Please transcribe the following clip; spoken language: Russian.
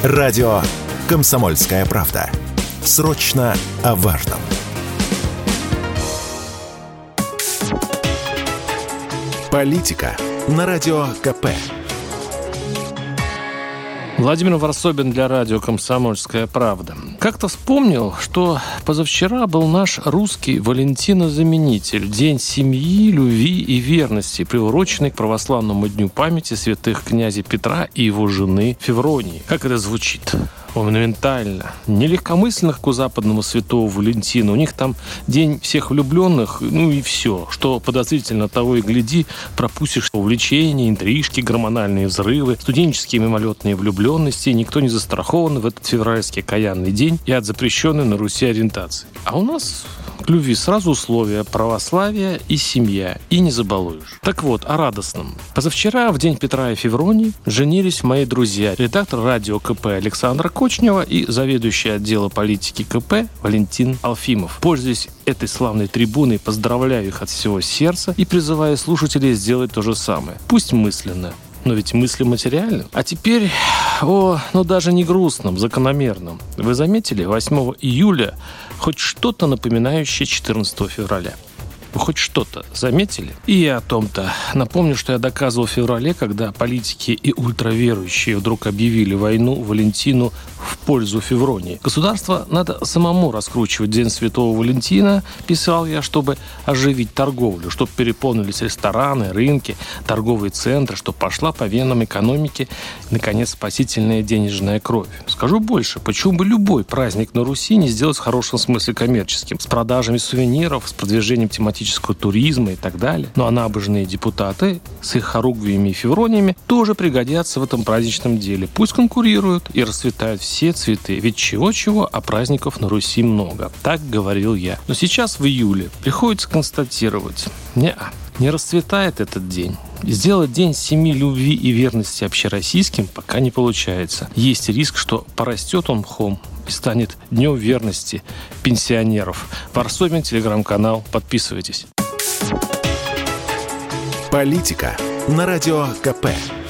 Радио «Комсомольская правда». Срочно о важном. Политика на Радио КП. Владимир Варсобин для радио «Комсомольская правда». Как-то вспомнил, что позавчера был наш русский Валентинозаменитель, День семьи, любви и верности, приуроченный к православному дню памяти святых князя Петра и его жены Февронии. Как это звучит? Монументально. Нелегкомысленно, как у западного святого Валентина. У них там день всех влюбленных, ну и все. Что подозрительно, того и гляди, пропустишь увлечения, интрижки, гормональные взрывы, студенческие мимолетные влюбленности. Никто не застрахован в этот февральский каянный день и от запрещенной на Руси ориентации. А у нас к любви сразу условия: православие и семья. И не забалуешь. Так вот, о радостном. Позавчера, в день Петра и Февронии, женились мои друзья, редактор радио КП Александра Кочнева и заведующий отдела политики КП Валентин Алфимов. Пользуясь этой славной трибуной, поздравляю их от всего сердца и призываю слушателей сделать то же самое. Пусть мысленно, но ведь мысли материальны. А теперь даже не грустным, закономерным. Вы заметили, 8 июля хоть что-то напоминающее 14 февраля? Вы хоть что-то заметили? И я о том-то. Напомню, что я доказывал в феврале, когда политики и ультраверующие вдруг объявили войну Валентину в пользу Февронии. Государство надо самому раскручивать День Святого Валентина, писал я, чтобы оживить торговлю, чтобы переполнились рестораны, рынки, торговые центры, чтобы пошла по венам экономики, наконец, спасительная денежная кровь. Скажу больше, почему бы любой праздник на Руси не сделать в хорошем смысле коммерческим, с продажами сувениров, с продвижением тематического туризма и так далее. Ну а набожные депутаты с их хоругвиями и феврониями тоже пригодятся в этом праздничном деле. Пусть конкурируют и расцветают все цветы. Ведь чего-чего, а праздников на Руси много. Так говорил я. Но сейчас в июле приходится констатировать: не расцветает этот день. Сделать день семьи, любви и верности общероссийским пока не получается. Есть риск, что порастет он мхом и станет днем верности пенсионеров. Варсобин, телеграм-канал. Подписывайтесь. Политика на Радио КП.